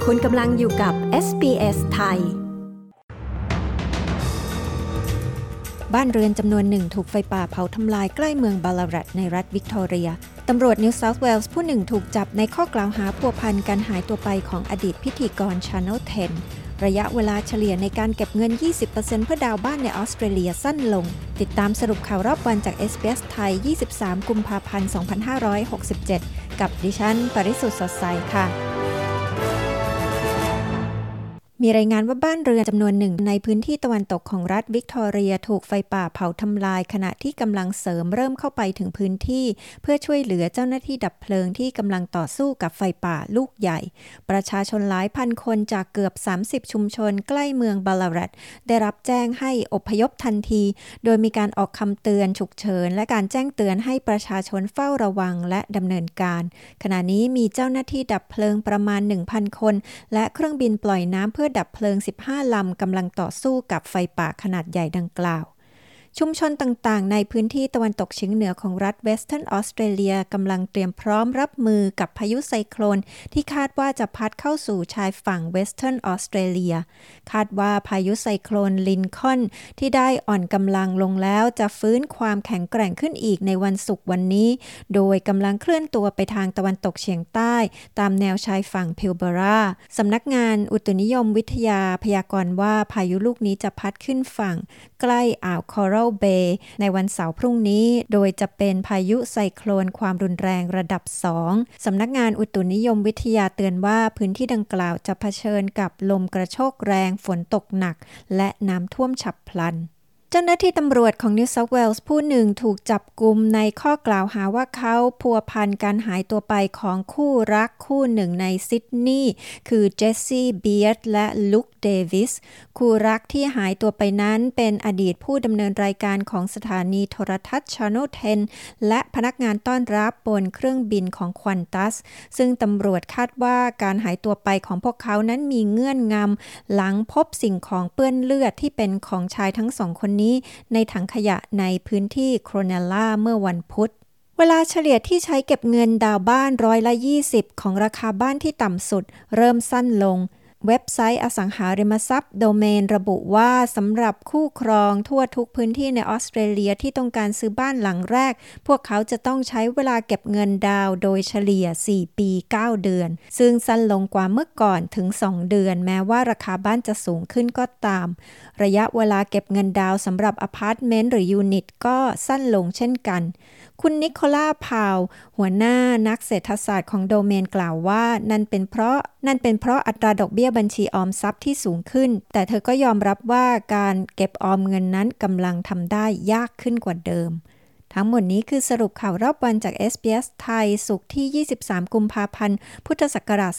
คุณกำลังอยู่กับ SBS ไทยบ้านเรือนจำนวนหนึ่งถูกไฟป่าเผาทำลายใกล้เมืองบาลารัตในรัฐวิกตอเรียตำรวจนิวเซาท์เวลส์ผู้หนึ่งถูกจับในข้อกล่าวหาพัวพันการหายตัวไปของอดีตพิธีกร Channel 10 ระยะเวลาเฉลี่ยในการเก็บเงิน 20% เพื่อดาวน์บ้านในออสเตรเลียสั้นลงติดตามสรุปข่าวรอบวันจาก SBS ไทย 23 กุมภาพันธ์ 2567 กับดิฉันปริสุทธิ์สดใสค่ะมีรายงานว่าบ้านเรือนจำนวนหนึ่งในพื้นที่ตะวันตกของรัฐวิกตอเรียถูกไฟป่าเผาทำลายขณะที่กำลังเสริมเริ่มเข้าไปถึงพื้นที่เพื่อช่วยเหลือเจ้าหน้าที่ดับเพลิงที่กำลังต่อสู้กับไฟป่าลูกใหญ่ประชาชนหลายพันคนจากเกือบ30ชุมชนใกล้เมืองบาลารัตได้รับแจ้งให้อพยพทันทีโดยมีการออกคำเตือนฉุกเฉินและการแจ้งเตือนให้ประชาชนเฝ้าระวังและดำเนินการขณะนี้มีเจ้าหน้าที่ดับเพลิงประมาณ 1,000 คนและเครื่องบินปล่อยน้ำเพื่อดับเพลิง15 ลำกำลังต่อสู้กับไฟป่าขนาดใหญ่ดังกล่าวชุมชนต่างๆในพื้นที่ตะวันตกเฉียงเหนือของรัฐเวสเทิร์นออสเตรเลียกำลังเตรียมพร้อมรับมือกับพายุไซโคลนที่คาดว่าจะพัดเข้าสู่ชายฝั่งเวสเทิร์นออสเตรเลียคาดว่าพายุไซโคลนลินคอล์นที่ได้อ่อนกำลังลงแล้วจะฟื้นความแข็งแกร่งขึ้นอีกในวันศุกร์วันนี้โดยกำลังเคลื่อนตัวไปทางตะวันตกเฉียงใต้ตามแนวชายฝั่งพิลเบราสำนักงานอุตุนิยมวิทยาพยากรณ์ว่าพายุลูกนี้จะพัดขึ้นฝั่งใกล้อ่าวคอรัลเบย์ในวันเสาร์พรุ่งนี้โดยจะเป็นพายุไซโคลนความรุนแรงระดับ 2 สำนักงานอุตุนิยมวิทยาเตือนว่าพื้นที่ดังกล่าวจะเผชิญกับลมกระโชกแรงฝนตกหนักและน้ำท่วมฉับพลันเจ้าหน้าที่ตำรวจของนิวเซาท์เวลส์ผู้หนึ่งถูกจับกุมในข้อกล่าวหาว่าเขาพัวพันการหายตัวไปของคู่รักคู่หนึ่งในซิดนีย์คือเจสซี่เบียร์ดและลุคเดวิสคู่รักที่หายตัวไปนั้นเป็นอดีตผู้ดำเนินรายการของสถานีโทรทัศน์ Channel 10 และพนักงานต้อนรับบนเครื่องบินของ Qantas ซึ่งตำรวจคาดว่าการหายตัวไปของพวกเขานั้นมีเงื่อนงำหลังพบสิ่งของเปื้อนเลือดที่เป็นของชายทั้งสองคนนี้ในถังขยะในพื้นที่โครเนลล่าเมื่อวันพุธเวลาเฉลี่ยที่ใช้เก็บเงินดาวบ้าน20%ของราคาบ้านที่ต่ำสุดเริ่มสั้นลงเว็บไซต์อสังหาริมทรัพย์โดเมนระบุว่าสำหรับคู่ครองทั่วทุกพื้นที่ในออสเตรเลียที่ต้องการซื้อบ้านหลังแรกพวกเขาจะต้องใช้เวลาเก็บเงินดาวโดยเฉลี่ย4 ปี 9 เดือนซึ่งสั้นลงกว่าเมื่อก่อนถึง2 เดือนแม้ว่าราคาบ้านจะสูงขึ้นก็ตามระยะเวลาเก็บเงินดาวสำหรับอพาร์ตเมนต์หรือยูนิตก็สั้นลงเช่นกันคุณนิโคล่าพาวหัวหน้านักเศรษฐศาสตร์ของโดเมนกล่าวว่านั่นเป็นเพราะอัตราดอกเบี้ยบัญชีออมทรัพย์ที่สูงขึ้นแต่เธอก็ยอมรับว่าการเก็บออมเงินนั้นกำลังทำได้ยากขึ้นกว่าเดิมทั้งหมดนี้คือสรุปข่าวรอบวันจาก SBS ไทยศุกร์ที่23กุมภาพันธ์พุทธศักราช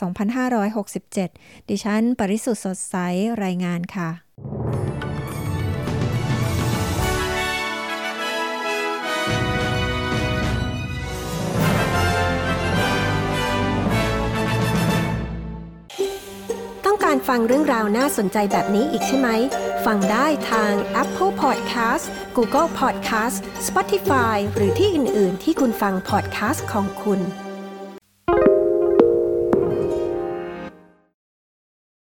2567ดิฉันปริสุทธิ์สดใสรายงานค่ะต้องการฟังเรื่องราวน่าสนใจแบบนี้อีกใช่ไหมฟังได้ทาง Apple Podcast Google Podcast Spotify หรือที่อื่นๆที่คุณฟัง podcast ของคุณ